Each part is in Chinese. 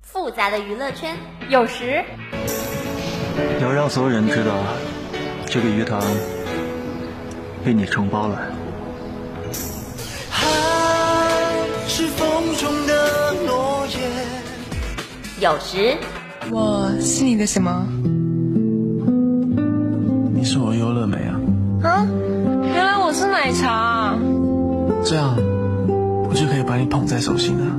复杂的娱乐圈， 有时要让所有人知道，这个鱼塘被你承包了。 海是风中的诺言， 有时我是你的什么？ 你是我优乐美啊！ 啊，原来我是奶茶。 这样我就可以把你捧在手心了。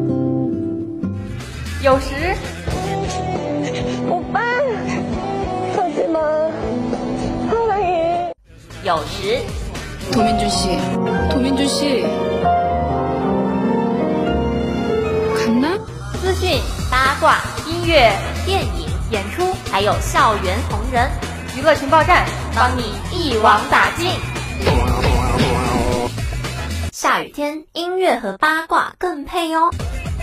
有时我爸，하지마，사랑해。 有时 도민준 씨 갔나？ 资讯、八卦、 音乐、 电影、 演出、 还有校园红人， 娱乐情报站， 帮你一网打尽。下雨天，音乐和八卦更配哦。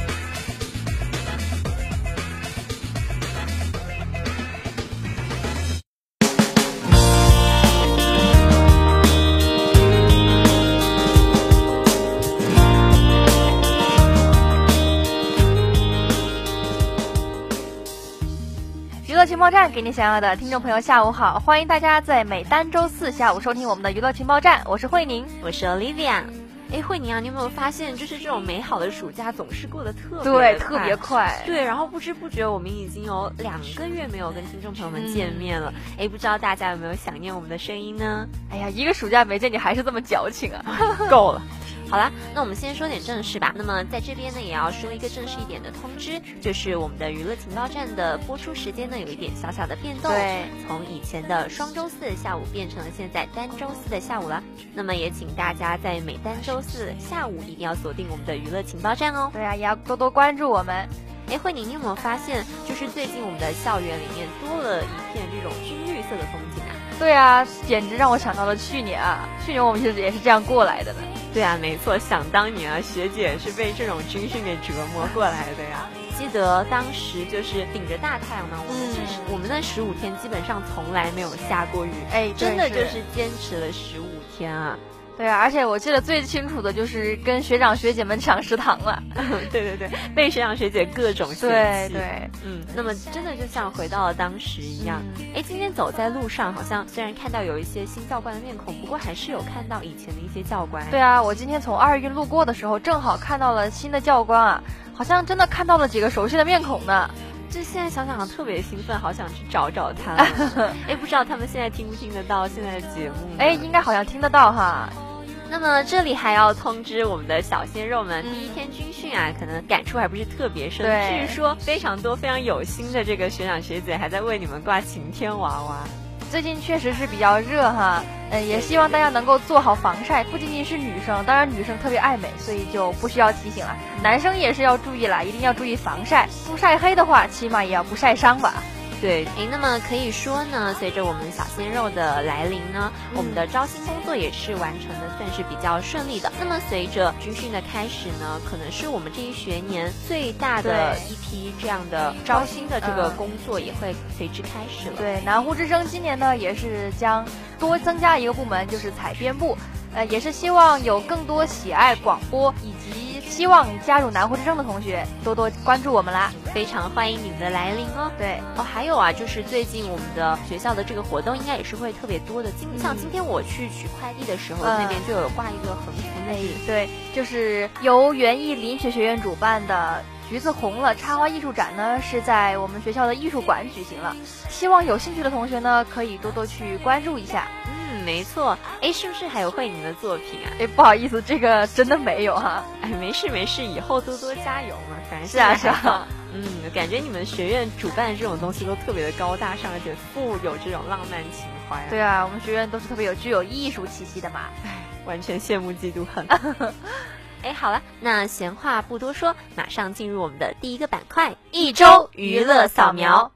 娱乐情报站，给你想要的听众朋友下午好，欢迎大家在每单周四下午收听我们的娱乐情报站，我是慧宁， 我是 Olivia。慧宁啊，你有没有发现，就是这种美好的暑假总是过得特别快？对，然后不知不觉我们已经有2个月没有跟听众朋友们见面了。不知道大家有没有想念我们的声音呢？ 哎呀，一个暑假没见你还是这么矫情啊， 够了。好啦，那我们先说点正事吧。那么在这边呢，也要说一个正式一点的通知，就是我们的娱乐情报站的播出时间呢，有一点小小的变动， 对， 从以前的双周四的下午变成了现在单周四的下午了。那么也请大家在每单周四下午一定要锁定我们的娱乐情报站哦。 对啊，也要多多关注我们。 慧宁，你有没有发现，就是最近我们的校园里面多了一片这种军绿色的风景啊？ 对啊，简直让我想到了去年我们其实也是这样过来的呢。 对啊，没错，想当年啊，学姐是被这种军训给折磨过来的呀。记得当时就是顶着大太阳呢，我们那15天基本上从来没有下过雨，真的就是坚持了15天啊。 对啊，而且我记得最清楚的就是跟学长学姐们抢食堂了。 对，被学长学姐各种嫌弃。 对， 那么真的就像回到了当时一样。今天走在路上，好像虽然看到有一些新教官的面孔，不过还是有看到以前的一些教官。 对啊，我今天从2运路过的时候，正好看到了新的教官啊，好像真的看到了几个熟悉的面孔呢。 这现在想想特别兴奋，好想去找找他们。不知道他们现在听不听得到现在的节目？ 应该好像听得到哈。 那么这里还要通知我们的小鲜肉们，第一天军训啊，可能感触还不是特别深。据说非常多非常有心的这个学长学姐还在为你们挂晴天娃娃。 最近确实是比较热哈，也希望大家能够做好防晒，不仅仅是女生，当然女生特别爱美，所以就不需要提醒了。男生也是要注意啦，一定要注意防晒，不晒黑的话，起码也要不晒伤吧。 对，那么可以说呢，随着我们小鲜肉的来临呢，我们的招新工作也是完成的算是比较顺利的。那么随着军训的开始呢，可能是我们这一学年最大的一批这样的招新的这个工作也会随之开始了。 对，南湖之声今年呢也是将多增加一个部门，就是采编部，也是希望有更多喜爱广播以及希望加入南湖之声的同学多多关注我们啦， 非常欢迎你们的来临哦。 对还有啊，就是最近我们的学校的这个活动应该也是会特别多的。像今天我去取快递的时候，那边就有挂一个横幅那里。 对，就是由园艺林学学院主办的橘子红了插花艺术展呢，是在我们学校的艺术馆举行了，希望有兴趣的同学呢可以多多去关注一下。 没错，是不是还有慧宁的作品啊？ 不好意思，这个真的没有哈。 没事，以后多多加油嘛。反正是啊。 感觉你们学院主办的这种东西都特别的高大上，而且富有这种浪漫情怀。 对啊，我们学院都是特别具有艺术气息的嘛。 完全羡慕嫉妒恨。好了，那闲话不多说，马上进入我们的第一个板块——一周娱乐扫描。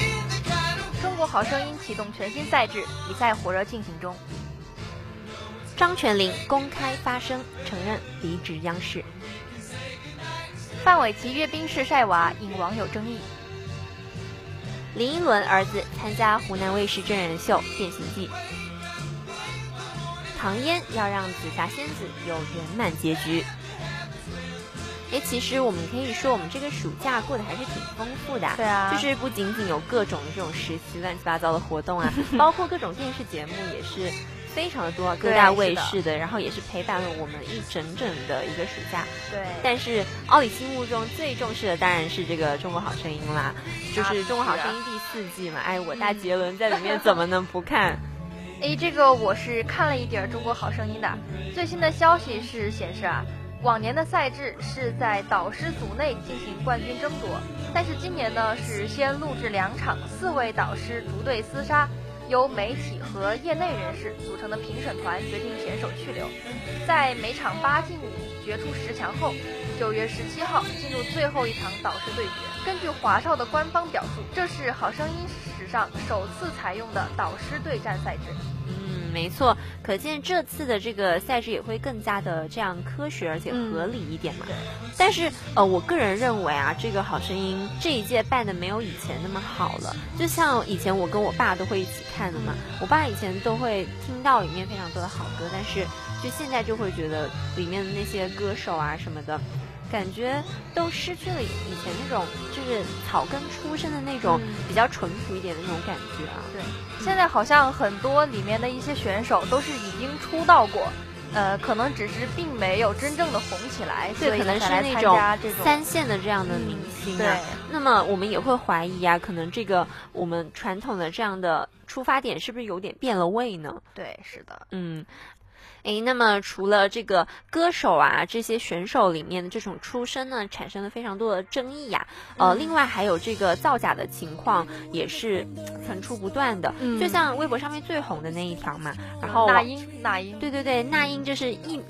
好声音启动全新赛制，比赛火热进行中。 张泉灵公开发声，承认离职央视。 范玮琪阅兵式晒娃引网友争议。 林依轮儿子参加湖南卫视真人秀《变形记》。唐嫣要让紫霞仙子有圆满结局。其实我们可以说，我们这个暑假过得还是挺丰富的。 对啊， 就是不仅仅有各种这种实习乱七八糟的活动啊，包括各种电视节目也是非常的多，各大卫视的，然后也是陪伴了我们一整整的一个暑假。 对， 但是奥里心目中最重视的当然是这个《中国好声音》啦，就是《中国好声音》第4季嘛。我大杰伦在里面怎么能不看？ 这个我是看了一点《中国好声音》的，最新的消息是显示往年的赛制是在导师组内进行冠军争夺，但是今年呢是先录制2场，4位导师逐队厮杀，由媒体和业内人士组成的评审团决定选手去留，在每场8进5决出10强后，9月17号进入最后一场导师对决。根据华少的官方表述，这是好声音史上首次采用的导师对战赛制。 没错，可见这次的这个赛制也会更加的这样科学而且合理一点嘛。但是我个人认为这个好声音这一届办的没有以前那么好了。就像以前我跟我爸都会一起看的嘛，我爸以前都会听到里面非常多的好歌，但是就现在就会觉得里面的那些歌手什么的，感觉都失去了以前那种就是草根出身的那种比较淳朴一点的那种感觉对，现在好像很多里面的一些选手都是已经出道过，可能只是并没有真正的红起来，所以可能是那种3线的这样的明星对， 那么我们也会怀疑可能这个我们传统的这样的出发点是不是有点变了味呢？ 对，是的。 那么除了这个歌手这些选手里面的这种出身呢，产生了非常多的争议另外还有这个造假的情况也是层出不断的。就像微博上面最红的那一条嘛，然后那英， 对，那英就是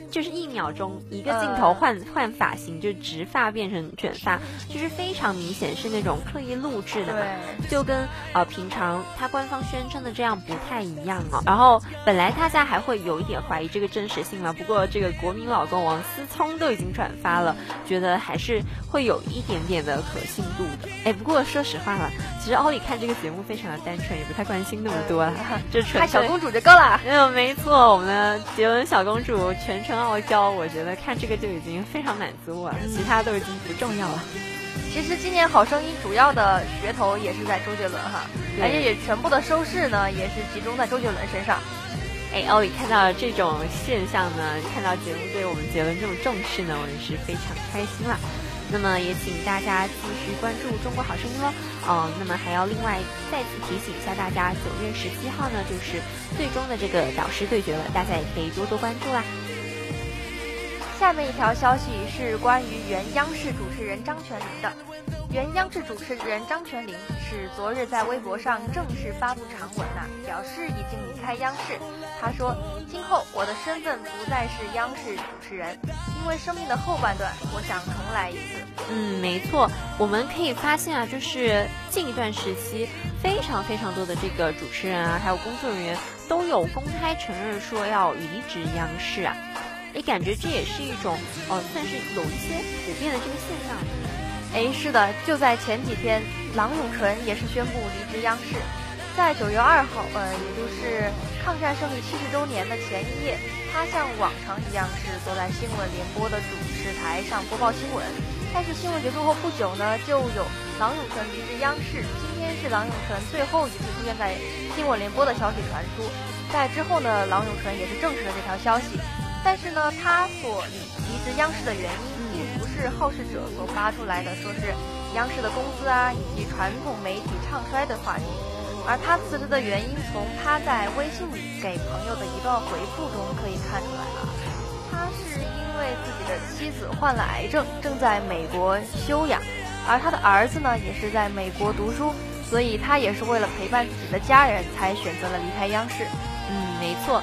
1秒钟一个镜头换发型，就直发变成卷发，就是非常明显是那种刻意录制的嘛，就跟平常他官方宣称的这样不太一样然后本来大家还会有一点怀疑这个真实性嘛，不过这个国民老公王思聪都已经转发了，觉得还是会有一点点的可信度的。不过说实话了，其实奥里看这个节目非常的单纯，也不太关心那么多了，就看小公主就够了。 没错，我们的杰伦小公主全程傲娇，我觉得看这个就已经非常满足我了，其他都已经不重要了。 其实今年好声音主要的噱头也是在周杰伦而且也全部的收视呢也是集中在周杰伦身上。 奥里看到这种现象呢，看到节目对我们杰伦这种重视呢，我也是非常开心啦。那么也请大家继续关注中国好声音咯。那么还要另外再次提醒一下大家，9月17号呢就是最终的这个导师对决了，大家也可以多多关注啦。 下面一条消息是关于原央视主持人张泉灵的。原央视主持人张泉灵是昨日在微博上正式发布长文表示已经离开央视。他说，今后我的身份不再是央视主持人，因为生命的后半段我想重来一次。 没错，我们可以发现就是近一段时期非常非常多的这个主持人还有工作人员都有公开承认说要离职央视感觉这也是一种算是有一些普遍的这个现象。 是的，就在前几天，郎永淳也是宣布离职央视。在9月2号，也就是抗战胜利70周年的前一夜，他像往常一样是坐在新闻联播的主持台上播报新闻。但是新闻结束后不久呢，就有郎永淳离职央视。今天是郎永淳最后一次出现在新闻联播的消息传出。在之后呢，郎永淳也是证实了这条消息。但是呢，他所离职央视的原因并不是好事者所发出来的说是央视的公司以及传统媒体唱衰的话题，而他辞职的原因从他在微信里给朋友的一段回复中可以看出来了。他是因为自己的妻子患了癌症，正在美国休养，而他的儿子呢也是在美国读书，所以他也是为了陪伴自己的家人才选择了离开央视。 没错，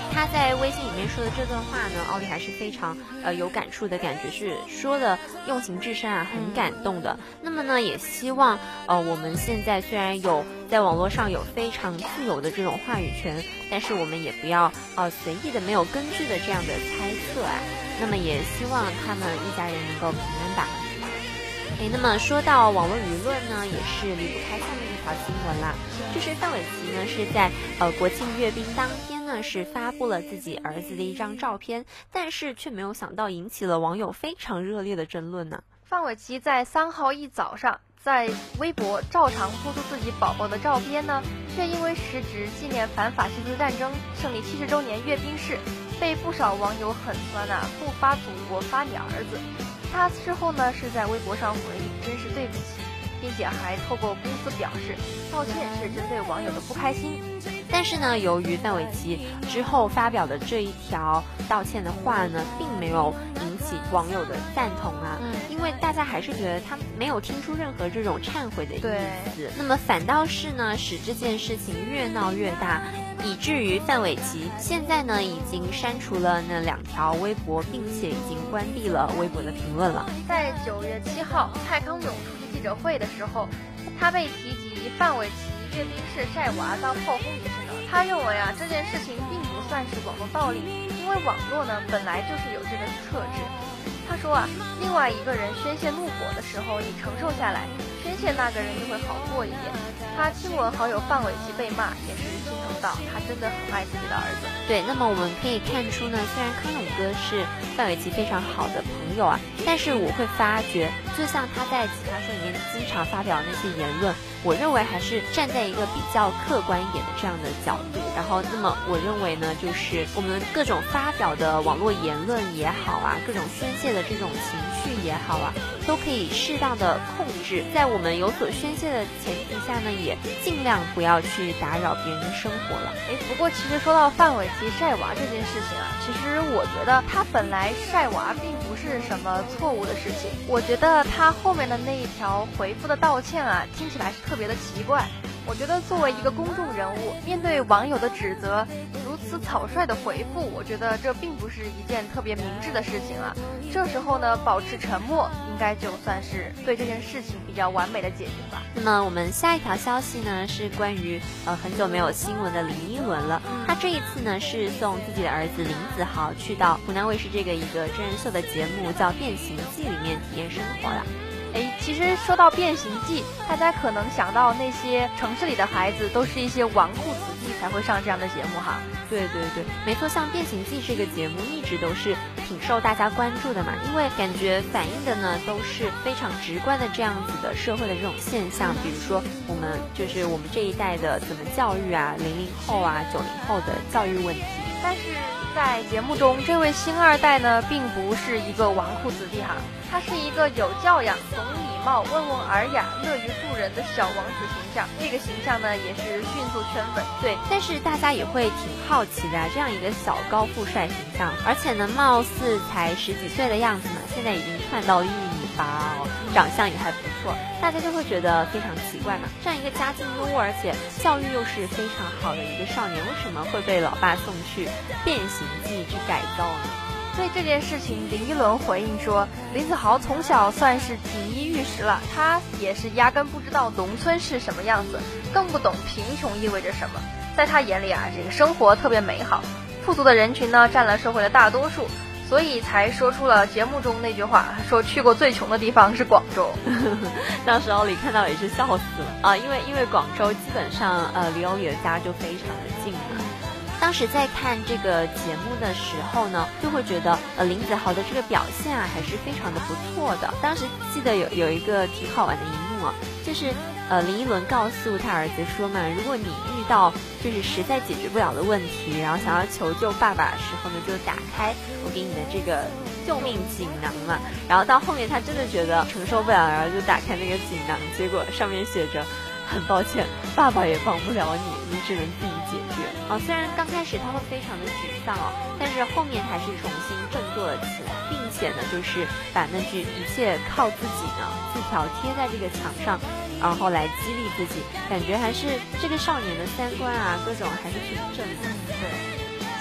他在微信里面说的这段话呢，奥利还是非常有感触的感觉，是说的用情至深啊，很感动的。那么呢，也希望我们现在虽然有在网络上有非常自由的这种话语权，但是我们也不要随意的没有根据的这样的猜测啊。那么也希望他们一家人能够平安吧。那么说到网络舆论呢，也是离不开下面一条新闻啦，就是范玮琪呢是在国庆阅兵当天呢是发布了自己儿子的一张照片，但是却没有想到引起了网友非常热烈的争论呢。 范玮琪在3号一早上在微博照常播出自己宝宝的照片呢，却因为时值纪念反法西斯战争胜利70周年阅兵式，被不少网友狠酸不发祖国发你儿子。他之后呢是在微博上回应真是对不起，并且还透过公司表示道歉是针对网友的不开心。 但是呢，由于范玮琪之后发表的这一条道歉的话呢，并没有引起网友的赞同啊，因为大家还是觉得他没有听出任何这种忏悔的意思。那么反倒是呢，使这件事情越闹越大，以至于范玮琪现在呢已经删除了那2条微博，并且已经关闭了微博的评论了。 在9月7号蔡康永出席记者会的时候，他被提及范玮琪阅兵式晒娃遭炮轰一事呢，他认为这件事情并不算是网络暴力，因为网络呢本来就是有这个特质。他说另外一个人宣泄怒火的时候，你承受下来，宣泄那个人就会好过一点。他亲吻好友范玮琪被骂，也是心疼到他真的很爱自己的儿子。 对，那么我们可以看出呢，虽然康永哥是范玮琪非常好的朋友啊，但是我会发觉，就像他在奇葩说里面经常发表那些言论，我认为还是站在一个比较客观一点的这样的角度。然后那么我认为呢，就是我们各种发表的网络言论也好啊，各种宣泄的这种情绪也好啊，都可以适当的控制，在我们有所宣泄的前提下呢，也尽量不要去打扰别人的生活了。 不过其实说到范玮琪晒娃这件事情其实我觉得他本来晒娃并不是什么错误的事情。我觉得他后面的那一条回复的道歉听起来是特别的奇怪。我觉得作为一个公众人物，面对网友的指责，如此草率的回复，我觉得这并不是一件特别明智的事情这时候呢，保持沉默应该就算是对这件事情比较完美的解决吧。 那么我们下一条消息呢，是关于很久没有新闻的林依轮了。他这一次呢是送自己的儿子林子豪去到湖南卫视这个一个真人秀的节目叫《变形记》里面体验生活了。 其实说到变形记，大家可能想到那些城市里的孩子都是一些纨绔子弟才会上这样的节目对，没错，像变形记这个节目一直都是挺受大家关注的嘛，因为感觉反映的呢都是非常直观的这样子的社会的这种现象，比如说我们这一代的怎么教育啊，00后啊90后的教育问题。 但是在节目中，这位星二代呢并不是一个纨绔子弟他是一个有教养、懂礼貌、温文尔雅、乐于助人的小王子形象。这个形象呢也是迅速圈粉。 对，但是大家也会挺好奇的这样一个小高富帅形象，而且呢貌似才10几岁的样子呢，现在已经窜到了1.8米长相也还不错，大家就会觉得非常奇怪嘛，这样一个家境优渥而且教育又是非常好的一个少年，为什么会被老爸送去变形记去改造呢？ 对这件事情，林依轮回应说，林子豪从小算是锦衣玉食了，他也是压根不知道农村是什么样子，更不懂贫穷意味着什么。在他眼里这个生活特别美好，富足的人群呢占了社会的大多数，所以才说出了节目中那句话，说去过最穷的地方是广州。 当时奥里看到也是笑死了因为广州基本上离欧里的家就非常的近嘛。当时在看这个节目的时候呢，就会觉得林子豪的这个表现还是非常的不错的。当时记得有一个挺好玩的一幕就是林依轮告诉他儿子说嘛，如果你遇到就是实在解决不了的问题，然后想要求救爸爸的时候呢，就打开我给你的这个救命锦囊嘛。然后到后面他真的觉得承受不了，然后就打开那个锦囊，结果上面写着很抱歉，爸爸也帮不了你只能自己解决。虽然刚开始他会非常的沮丧但是后面还是重新振作了起来，并且呢就是把那句一切靠自己呢字条贴在这个墙上，然后来激励自己，感觉还是这个少年的三观各种还是挺正的。 对，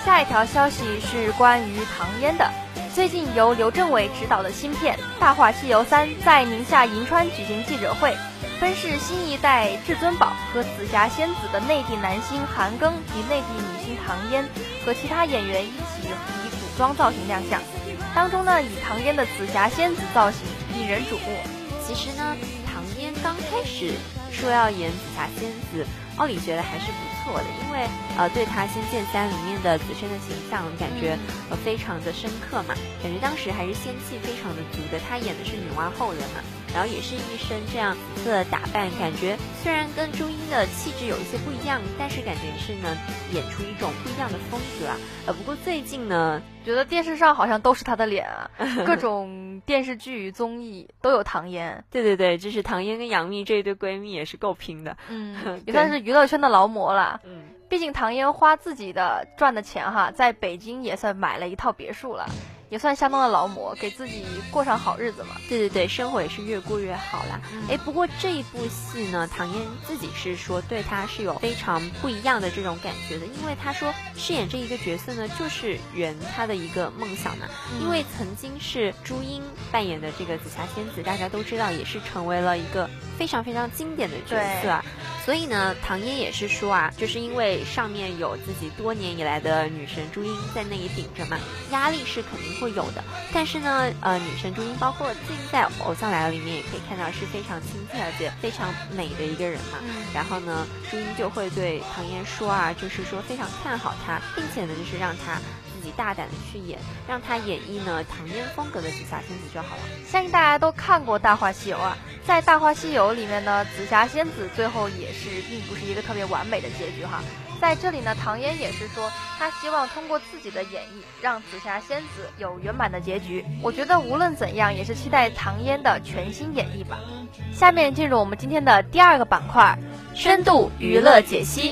下一条消息是关于唐嫣的。最近由刘镇伟执导的新片《大话西游3》在宁夏银川举行记者会，分饰新一代至尊宝和紫霞仙子的内地男星韩庚及内地女星唐嫣和其他演员一起以古装造型亮相。当中呢，以唐嫣的紫霞仙子造型引人瞩目。 其实呢，唐嫣刚开始说要演紫霞仙子，奥里觉得还是不错的，因为对她《仙剑3》里面的紫身的形象感觉非常的深刻嘛，感觉当时还是仙气非常的足的。她演的是女娲后人嘛，然后也是一身这样紫色的打扮，感觉虽然跟朱茵的气质有一些不一样，但是感觉也是能演出一种不一样的风格啊。不过最近呢， 觉得电视上好像都是她的脸啊，各种电视剧综艺都有唐嫣。 对对对，就是唐嫣跟杨幂这一对闺蜜也是够拼的， 也算是娱乐圈的劳模了。毕竟唐嫣花自己的赚的钱哈，在北京也算买了一套别墅了，也算相当的劳模，给自己过上好日子嘛。 对对对，生活也是越过越好啦。不过这一部戏呢，唐嫣自己是说对她是有非常不一样的这种感觉的，因为她说饰演这一个角色呢，就是圆她的一个梦想嘛。因为曾经是朱茵扮演的这个紫霞仙子，大家都知道也是成为了一个非常非常经典的角色啊。所以呢，唐嫣也是说啊，就是因为上面有自己多年以来的女神朱茵在那里顶着嘛，压力是肯定会有的。但是呢，女神朱茵包括最近在《偶像来了》里面也可以看到是非常亲切而且非常美的一个人嘛。然后呢，朱茵就会对唐嫣说啊，就是说非常看好她，并且呢，就是让她自己大胆的去演，让她演绎呢唐嫣风格的紫霞仙子就好了。 相信大家都看过《大话西游》啊，在《大话西游》里面呢，紫霞仙子最后也是并不是一个特别完美的结局哈。在这里呢，唐嫣也是说，她希望通过自己的演绎，让紫霞仙子有圆满的结局。我觉得无论怎样，也是期待唐嫣的全新演绎吧。下面进入我们今天的第二个板块，深度娱乐解析。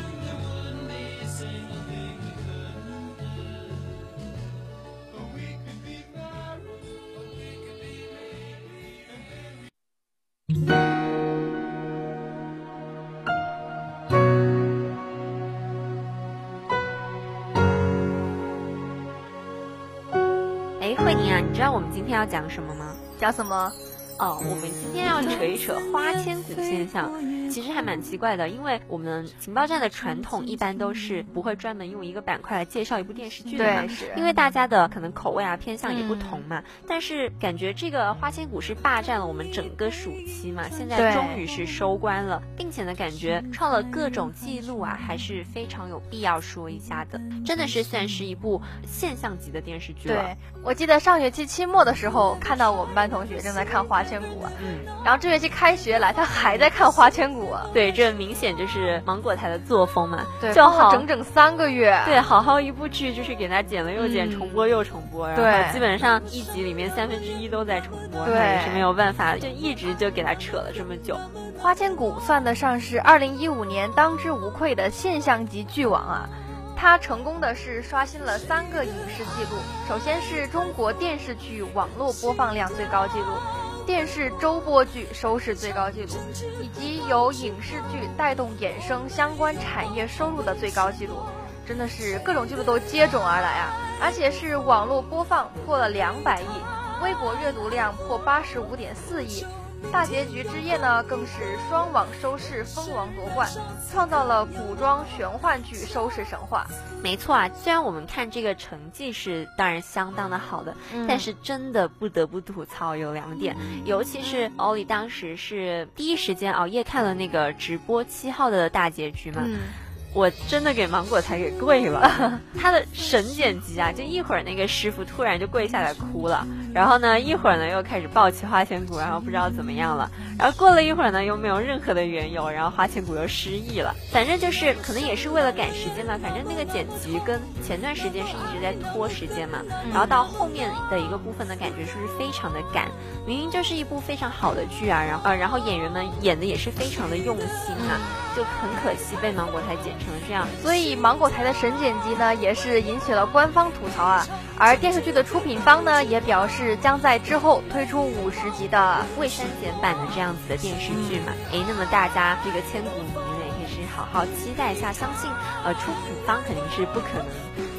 慧宁啊，你知道我们今天要讲什么吗？ 讲什么？ 我们今天要扯一扯花千骨现象，其实还蛮奇怪的，因为我们情报站的传统一般都是不会专门用一个板块来介绍一部电视剧的嘛，因为大家的可能口味啊偏向也不同嘛。但是感觉这个花千骨是霸占了我们整个暑期嘛，现在终于是收官了，并且呢感觉创了各种记录啊，还是非常有必要说一下的，真的是算是一部现象级的电视剧了。 对，我记得上学期期末的时候看到我们班同学正在看花千骨啊，然后这学期开学来他还在看花千骨啊。 对，这明显就是芒果台的作风嘛， 对， 就好整整3个月。 对，好好一部剧就是给他剪了又剪，重播又重播，然后基本上一集里面1/3都在重播， 对， 也是没有办法，就一直就给他扯了这么久。 花千骨算得上是2015年当之无愧的现象级剧王啊。它成功的是刷新了3个影视纪录，首先是中国电视剧网络播放量最高纪录，电视周播剧收视最高纪录，以及由影视剧带动衍生相关产业收入的最高纪录，真的是各种纪录都接踵而来啊！而且是网络播放破了200亿，微博阅读量破85.4亿。大结局之夜呢，更是双网收视封王夺冠，创造了古装玄幻剧收视神话。 没错啊，虽然我们看这个成绩是当然相当的好的，但是真的不得不吐槽有2点，尤其是欧里当时是第一时间熬夜看了那个直播7号的大结局嘛。我真的给芒果台给跪了，他的神剪辑啊，就一会儿那个师傅突然就跪下来哭了，然后呢一会儿呢又开始抱起花千骨，然后不知道怎么样了，然后过了一会儿呢又没有任何的缘由，然后花千骨又失忆了，反正就是可能也是为了赶时间嘛，反正那个剪辑跟前段时间是一直在拖时间嘛，然后到后面的一个部分的感觉是非常的赶，明明就是一部非常好的剧啊，然后演员们演的也是非常的用心啊，就很可惜被芒果台剪成这样， 所以芒果台的神剪辑呢，也是引起了官方吐槽啊。而电视剧的出品方呢，也表示将在之后推出50集的未删减版的这样子的电视剧嘛。那么大家这个千古迷呢，也可以是好好期待一下，相信出品方肯定是不可能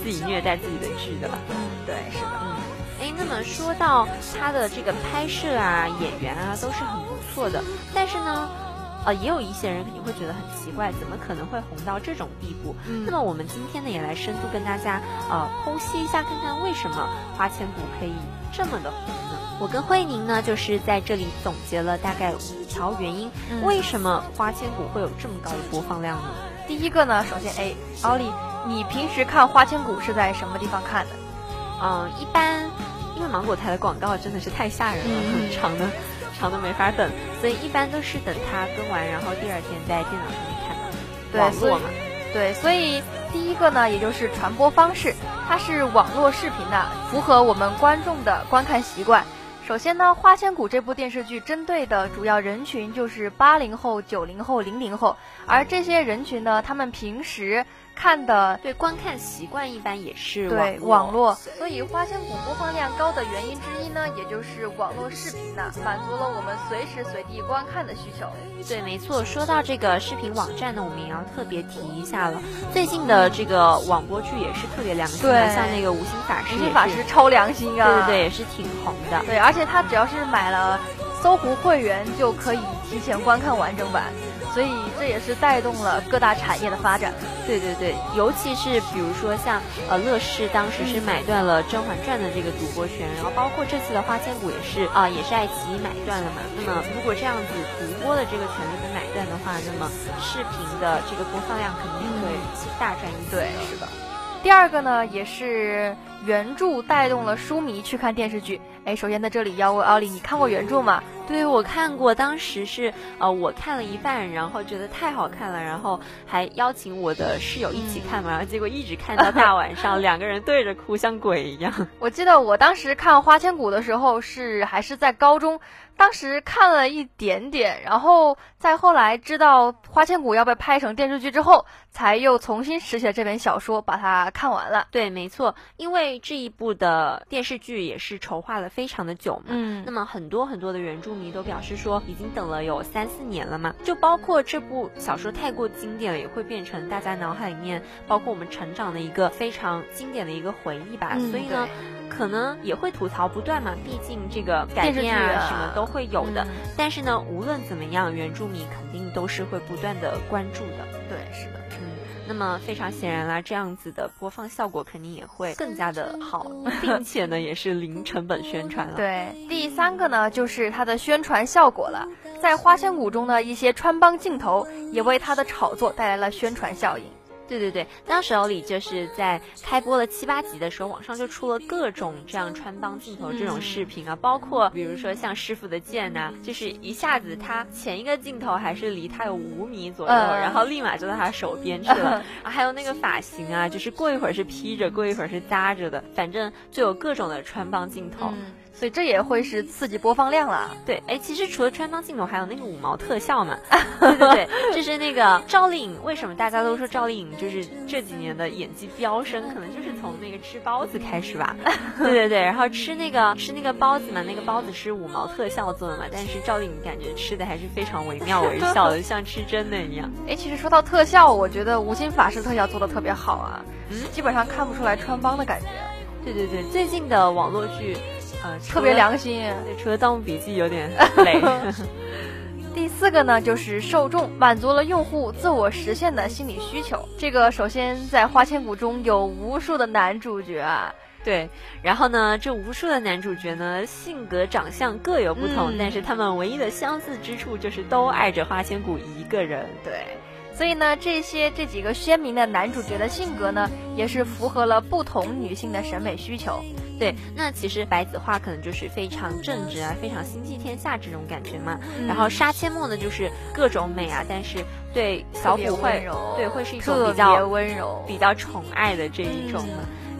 自己虐待自己的剧的。 对，是的。 那么说到他的这个拍摄啊、演员啊都是很不错的，但是呢，也有一些人肯定会觉得很奇怪，怎么可能会红到这种地步？那么我们今天呢，也来深度跟大家剖析一下，看看为什么花千骨可以这么的红呢？我跟慧宁呢，就是在这里总结了大概5条原因，为什么花千骨会有这么高的播放量呢？ 第一个呢，首先，奥利，你平时看花千骨是在什么地方看的？ 一般因为芒果台的广告真的是太吓人了，长的没法等，所以一般都是等它更完，然后第二天在电脑上面看的。网络嘛。 对，所以第一个呢，也就是传播方式，它是网络视频的，符合我们观众的观看习惯。首先呢，花千骨这部电视剧针对的主要人群就是80后、90后、00后，而这些人群呢，他们平时看的观看习惯一般也是网络，所以花千骨播放量高的原因之一呢，也就是网络视频呢，满足了我们随时随地观看的需求。 对，没错。说到这个视频网站呢，我们也要特别提一下了。最近的这个网播剧也是特别良心的，像那个《无心法师》， 无心法师超良心啊！ 对，也是挺红的。 对，而且他只要是买了搜狐会员，就可以提前观看完整版。所以这也是带动了各大产业的发展。 对，尤其是比如说像乐视当时是买断了《甄嬛传》的这个独播权，然后包括这次的花千骨也是爱奇艺买断了嘛。那么如果这样子独播的这个权利被买断的话，那么视频的这个播放量肯定会大赚一笔。 对，是的。第二个呢，也是原著带动了书迷去看电视剧。首先在这里要问奥利，你看过原著吗？ 对，我看过，当时是我看了一半，然后觉得太好看了，然后还邀请我的室友一起看嘛，然后结果一直看到大晚上，2个人对着哭，像鬼一样。 我记得我当时看花千骨的时候还是在高中，当时看了一点点，然后再后来知道花千骨要被拍成电视剧之后，才又重新拾起了这本小说，把它看完了。 对，没错，因为这一部的电视剧也是筹划了非常的久嘛，那么很多的原著迷都表示说已经等了有3-4年了嘛，就包括这部小说太过经典了，也会变成大家脑海里面包括我们成长的一个非常经典的一个回忆吧，所以呢可能也会吐槽不断嘛，毕竟这个改编啊什么都会有的，但是呢无论怎么样，原著迷肯定都是会不断的关注的。 对，是的。 那么非常显然啦，这样子的播放效果肯定也会更加的好，并且呢也是零成本宣传了。 对，第3个呢就是它的宣传效果了，在花千骨中的一些穿帮镜头也为它的炒作带来了宣传效应。 对，当时里就是在开播了7-8集的时候，网上就出了各种这样穿帮镜头这种视频啊，包括比如说像师傅的剑呐，就是一下子他前一个镜头还是离他有5米左右，然后立马就到他手边去了，还有那个发型啊，就是过一会儿是披着，过一会儿是扎着的，反正就有各种的穿帮镜头。 所以这也会是刺激播放量了。 对，其实除了穿帮镜头，还有那个5毛特效嘛。对，就是那个赵丽颖，为什么大家都说赵丽颖就是这几年的演技飙升，可能就是从那个吃包子开始吧。对，然后吃那个包子嘛，那个包子是5毛特效做的嘛，但是赵丽颖感觉吃的还是非常惟妙惟肖的，像吃真的一样。 其实说到特效，我觉得无心法师特效做的特别好啊，基本上看不出来穿帮的感觉。 对，最近的网络剧。 特别良心。 对，除了《盗墓笔记》有点累。 第4个呢，就是受众满足了用户自我实现的心理需求。这个首先在花千骨中有无数的男主角啊。 对，然后呢，这无数的男主角呢，性格长相各有不同，但是他们唯一的相似之处就是都爱着花千骨一个人。 对。所以呢，这几个鲜明的男主角的性格呢，也是符合了不同女性的审美需求。 对，那其实白子画可能就是非常正直啊，非常心系天下这种感觉嘛。然后杀阡陌呢，就是各种美啊，但是对小虎会是一种比较温柔、比较宠爱的这一种嘛。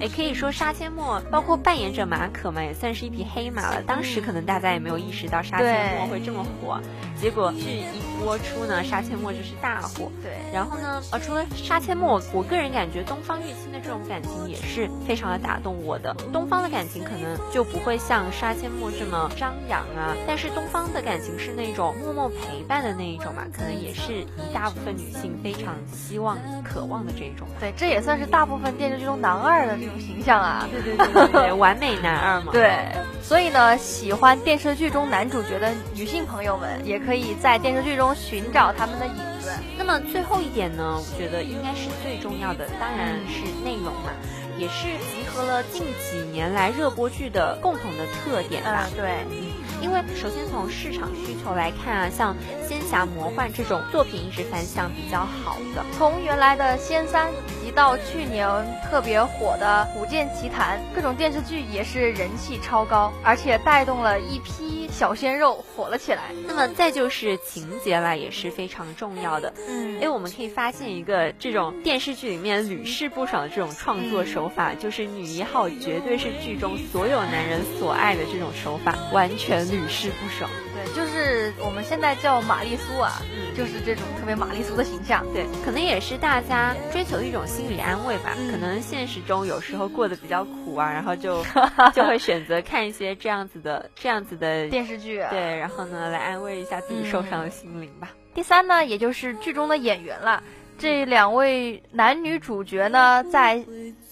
也可以说沙阡陌包括扮演者马可嘛，也算是一匹黑马了。当时可能大家也没有意识到沙阡陌会这么火，结果剧一播出呢，沙阡陌就是大火。 对， 然后呢，除了沙阡陌，我个人感觉东方玉清的这种感情也是非常的打动我的。东方的感情可能就不会像沙阡陌这么张扬啊，但是东方的感情是那种默默陪伴的那一种嘛，可能也是一大部分女性非常希望渴望的这一种。 对，这也算是大部分电视剧中男二的这种形象啊。 对，完美男二嘛。 对，所以呢，喜欢电视剧中男主角的女性朋友们，也可以在电视剧中寻找他们的影子。 那么最后一点呢，我觉得应该是最重要的，当然是内容嘛，也是集合了近几年来热播剧的共同的特点吧。 对。 因为首先从市场需求来看啊，像仙侠魔幻这种作品一直反响比较好的， 从原来的仙三以及到去年特别火的古剑奇谭，各种电视剧也是人气超高，而且带动了一批小鲜肉火了起来。 那么再就是情节啦，也是非常重要的。因为我们可以发现一个这种电视剧里面屡试不爽的这种创作手法，就是女一号绝对是剧中所有男人所爱的这种手法，完全屡试不爽。 对，就是我们现在叫玛丽苏啊，就是这种特别玛丽苏的形象。 对，可能也是大家追求的一种心理安慰吧。可能现实中有时候过得比较苦啊，然后就会选择看一些这样子的电视剧。 对，然后呢来安慰一下自己受伤的心灵吧。 第三呢，也就是剧中的演员了。这两位男女主角呢，在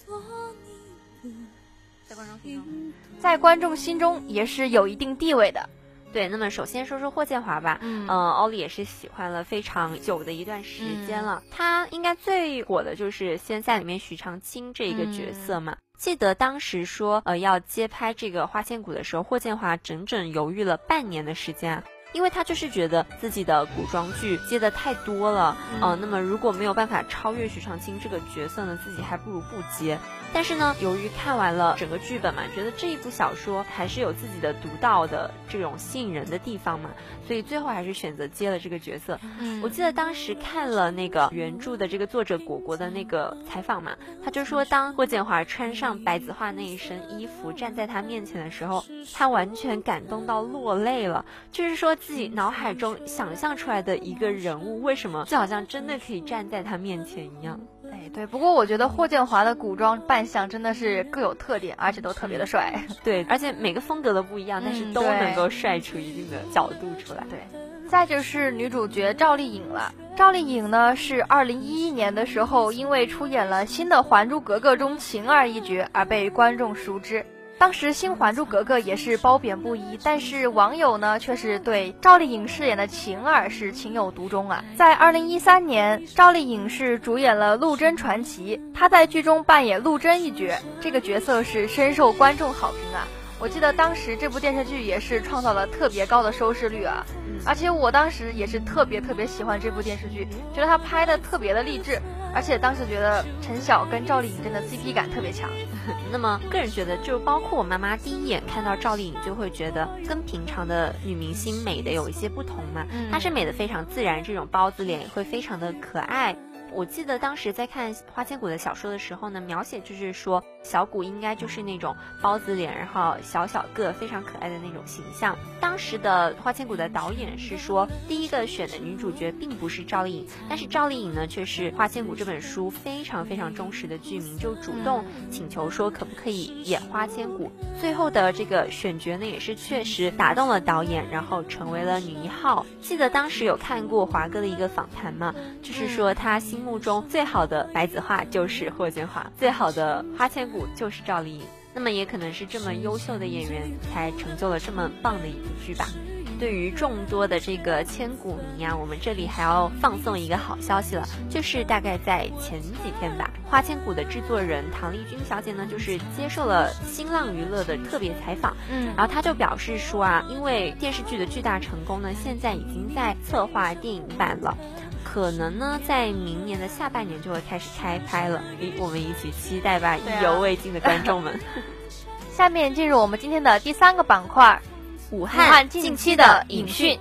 观众心中也是有一定地位的。 对，那么首先说说霍建华吧。奥利也是喜欢了非常久的一段时间了。他应该最火的就是《仙赛》里面许长青这个角色嘛。记得当时说要接拍这个花千骨的时候，霍建华整整犹豫了半年的时间啊。因为他就是觉得自己的古装剧接的太多了，那么如果没有办法超越许长青这个角色呢，自己还不如不接。但是呢，由于看完了整个剧本嘛，觉得这一部小说还是有自己的独到的这种吸引人的地方嘛，所以最后还是选择接了这个角色。我记得当时看了那个原著的这个作者果果的那个采访嘛，他就说当霍建华穿上白子画那一身衣服站在他面前的时候，他完全感动到落泪了，就是说自己脑海中想象出来的一个人物，为什么就好像真的可以站在他面前一样。 对，不过我觉得霍建华的古装扮相真的是各有特点，而且都特别的帅。 对，而且每个风格都不一样，但是都能够帅出一定的角度出来。 对，再就是女主角赵丽颖了。赵丽颖呢是2011年的时候，因为出演了新的《还珠格格》中晴儿一角而被观众熟知。当时新《还珠格格》也是褒贬不一，但是网友呢却是对赵丽颖饰演的晴儿是情有独钟啊。在2013年，赵丽颖是主演了《陆贞传奇》，她在剧中扮演陆贞一角，这个角色是深受观众好评啊。我记得当时这部电视剧也是创造了特别高的收视率啊，而且我当时也是特别喜欢这部电视剧，觉得它拍的特别的励志，而且当时觉得陈晓跟赵丽颖真的 CP 感特别强。 那么个人觉得，就包括我妈妈第一眼看到赵丽颖就会觉得跟平常的女明星美的有一些不同嘛，她是美的非常自然，这种包子脸也会非常的可爱。我记得当时在看花千骨的小说的时候呢，描写就是说小骨应该就是那种包子脸，然后小个非常可爱的那种形象。当时的花千骨的导演是说第一个选的女主角并不是赵丽颖，但是赵丽颖呢却是花千骨这本书非常忠实的剧迷，就主动请求说可不可以演花千骨。最后的这个选角呢也是确实打动了导演，然后成为了女一号。记得当时有看过华哥的一个访谈嘛，就是说他心目中最好的白子画就是霍建华，最好的花千骨就是赵丽颖。那么也可能是这么优秀的演员才成就了这么棒的一部剧吧。对于众多的这个千古迷啊，我们这里还要放送一个好消息了，就是大概在前几天吧，花千骨的制作人唐丽君小姐呢，就是接受了新浪娱乐的特别采访，然后她就表示说啊，因为电视剧的巨大成功呢，现在已经在策划电影版了。可能呢，在明年的下半年就会开始开拍了，我们一起期待吧，意犹未尽的观众们。 下面进入我们今天的第3个板块，武汉近期的影讯。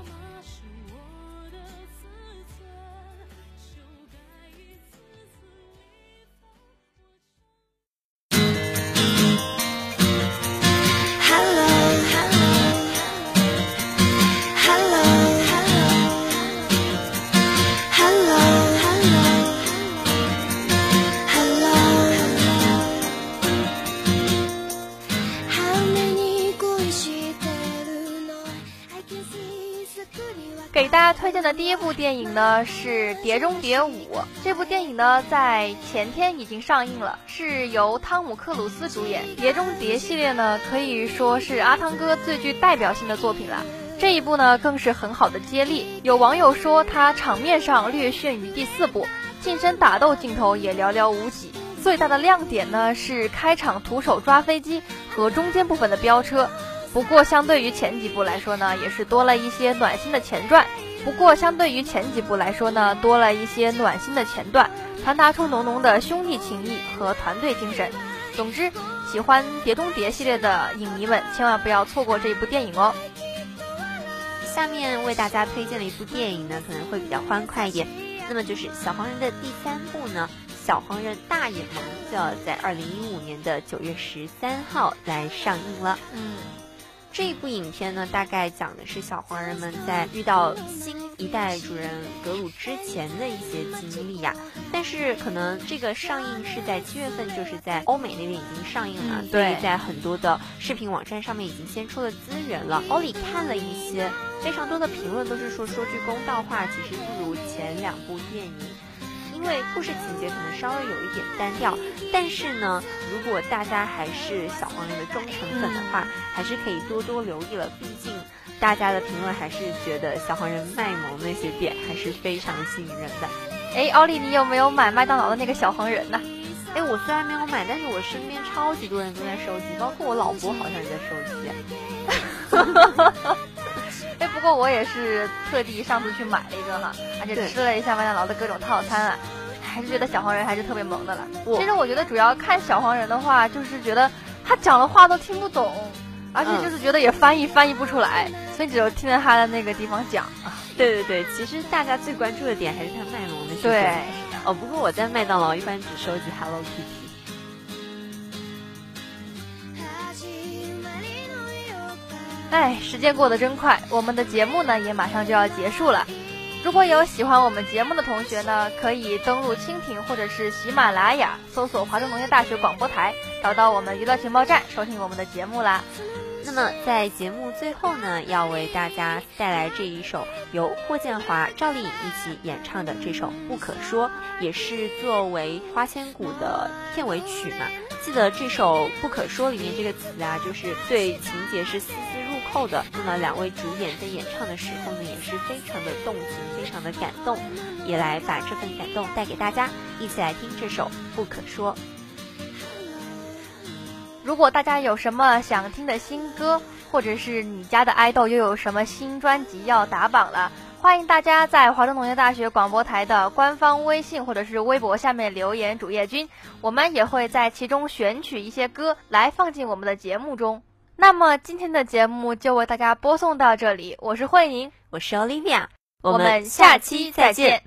大家推荐的第一部电影呢是《碟中谍5》。这部电影呢在前天已经上映了，是由汤姆克鲁斯主演。碟中谍系列呢可以说是阿汤哥最具代表性的作品了。这一部呢更是很好的接力，有网友说它场面上略逊于第4部，近身打斗镜头也寥寥无几。最大的亮点呢是开场徒手抓飞机和中间部分的飙车。不过相对于前几部来说呢，也是多了一些暖心的前段，传达出浓浓的兄弟情谊和团队精神。总之，喜欢碟中谍系列的影迷们千万不要错过这一部电影哦。 下面为大家推荐的一部电影呢，可能会比较欢快一点，那么就是小黄人的第3部呢，小黄人大眼萌就要在2015年的9月13号来上映了。这一部影片呢，大概讲的是小黄人们在遇到新一代主人格鲁之前的一些经历呀。但是可能这个上映是在7月份，就是在欧美那边已经上映了，所以在很多的视频网站上面已经先出了资源了。欧里看了一些非常多的评论，都是说句公道话，其实不如前2部电影。因为故事情节可能稍微有一点单调，但是呢，如果大家还是小黄人的忠诚粉的话，还是可以多多留意了。毕竟大家的评论还是觉得小黄人卖萌那些点还是非常吸引人的。 奥利，你有没有买麦当劳的那个小黄人呢？ 我虽然没有买，但是我身边超级多人都在收集，包括我老婆好像也在收集。 不过我也是特地上次去买了一个哈，而且吃了一下麦当劳的各种套餐啊，还是觉得小黄人还是特别萌的了。其实我觉得主要看小黄人的话，就是觉得他讲的话都听不懂，而且就是觉得也翻译不出来，所以只有听在他的那个地方讲。 对，其实大家最关注的点还是他卖萌的。 对， 不过我在麦当劳一般只收集 Hello Kitty。 时间过得真快，我们的节目呢也马上就要结束了。如果有喜欢我们节目的同学呢，可以登录蜻蜓或者是喜马拉雅，搜索华中农业大学广播台，找到我们娱乐情报站，收听我们的节目啦。 那么在节目最后呢，要为大家带来这一首由霍建华、赵丽颖一起演唱的这首《不可说》，也是作为花千骨的片尾曲嘛。记得这首《不可说》里面这个词啊，就是对情节是丝丝入扣的。那么2位主演在演唱的时候呢，也是非常的动情，非常的感动，也来把这份感动带给大家，一起来听这首《不可说》。 如果大家有什么想听的新歌，或者是你家的爱豆又有什么新专辑要打榜了，欢迎大家在华中农业大学广播台的官方微信或者是微博下面留言主页君，我们也会在其中选取一些歌来放进我们的节目中。那么今天的节目就为大家播送到这里，我是慧宁， 我是 Olivia， 我们下期再见。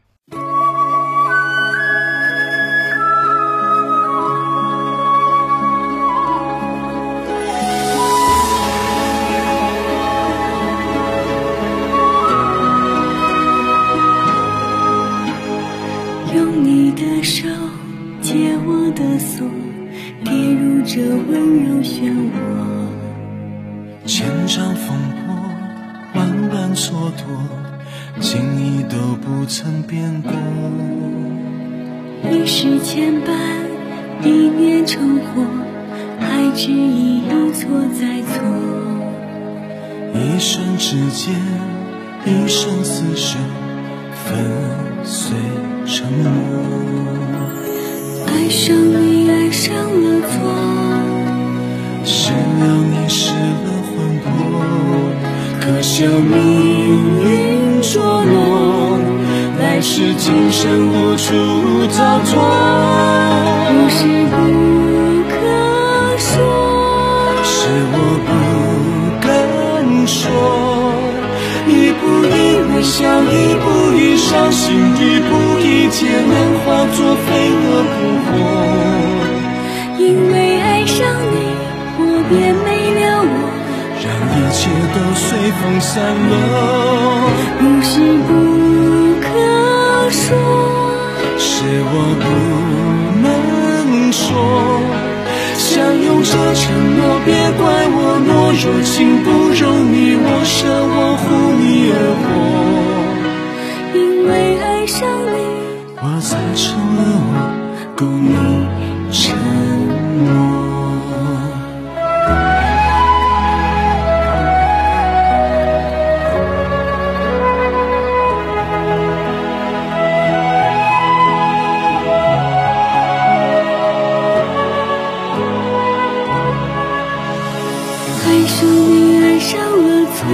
用你的手解我的锁，跌入这温柔漩涡。 千丈风波，万般蹉跎，情谊都不曾变过。 一世牵绊，一念成祸，爱之意一错再错。 一生之间，一生厮守，粉碎沉默。 爱上你，爱上了错， 失了你，失了魂魄。可笑命运捉弄，来世今生无处逃脱。 不是不可说， 是我不敢说。一步一微笑，一步一伤心，一步一劫难化作飞蛾扑火。 因为爱上你，我便没了我， 让一切都随风散落。 不是不可说， 是我不能说。相拥着承诺，别怪我懦弱，情不容你我舍，我护你而活。 因为爱上你， 我才成了我，供你沉默。 爱上你，爱上了错，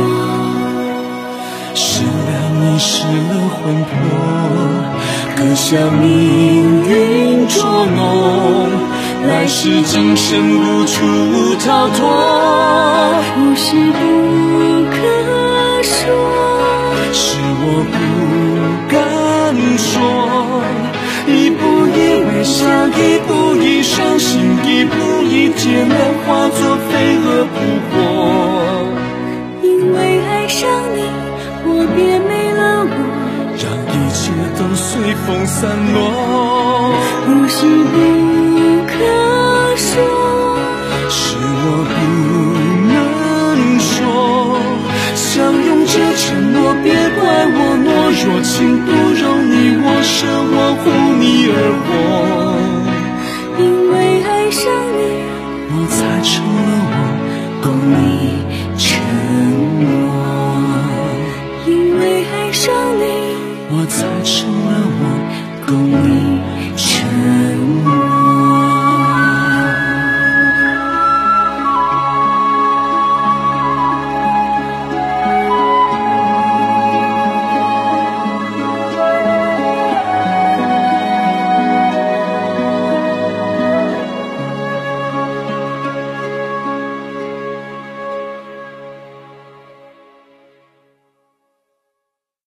失了你，失了魂魄，刻下命运捉弄，来世今生无处逃脱。 不是不可说， 是我不敢说，一步一微笑，一步一伤心，一步一艰难，化作飞蛾扑火。 因为爱上你，我变没了我， 让一切都随风散落。 不是不可说， 是我不能说，相拥着承诺，别怪我懦弱，情不容你我舍，我护你而活。 因为爱上你， 我才成了我，供你沉默。 因为爱上你， 我才成了我，供你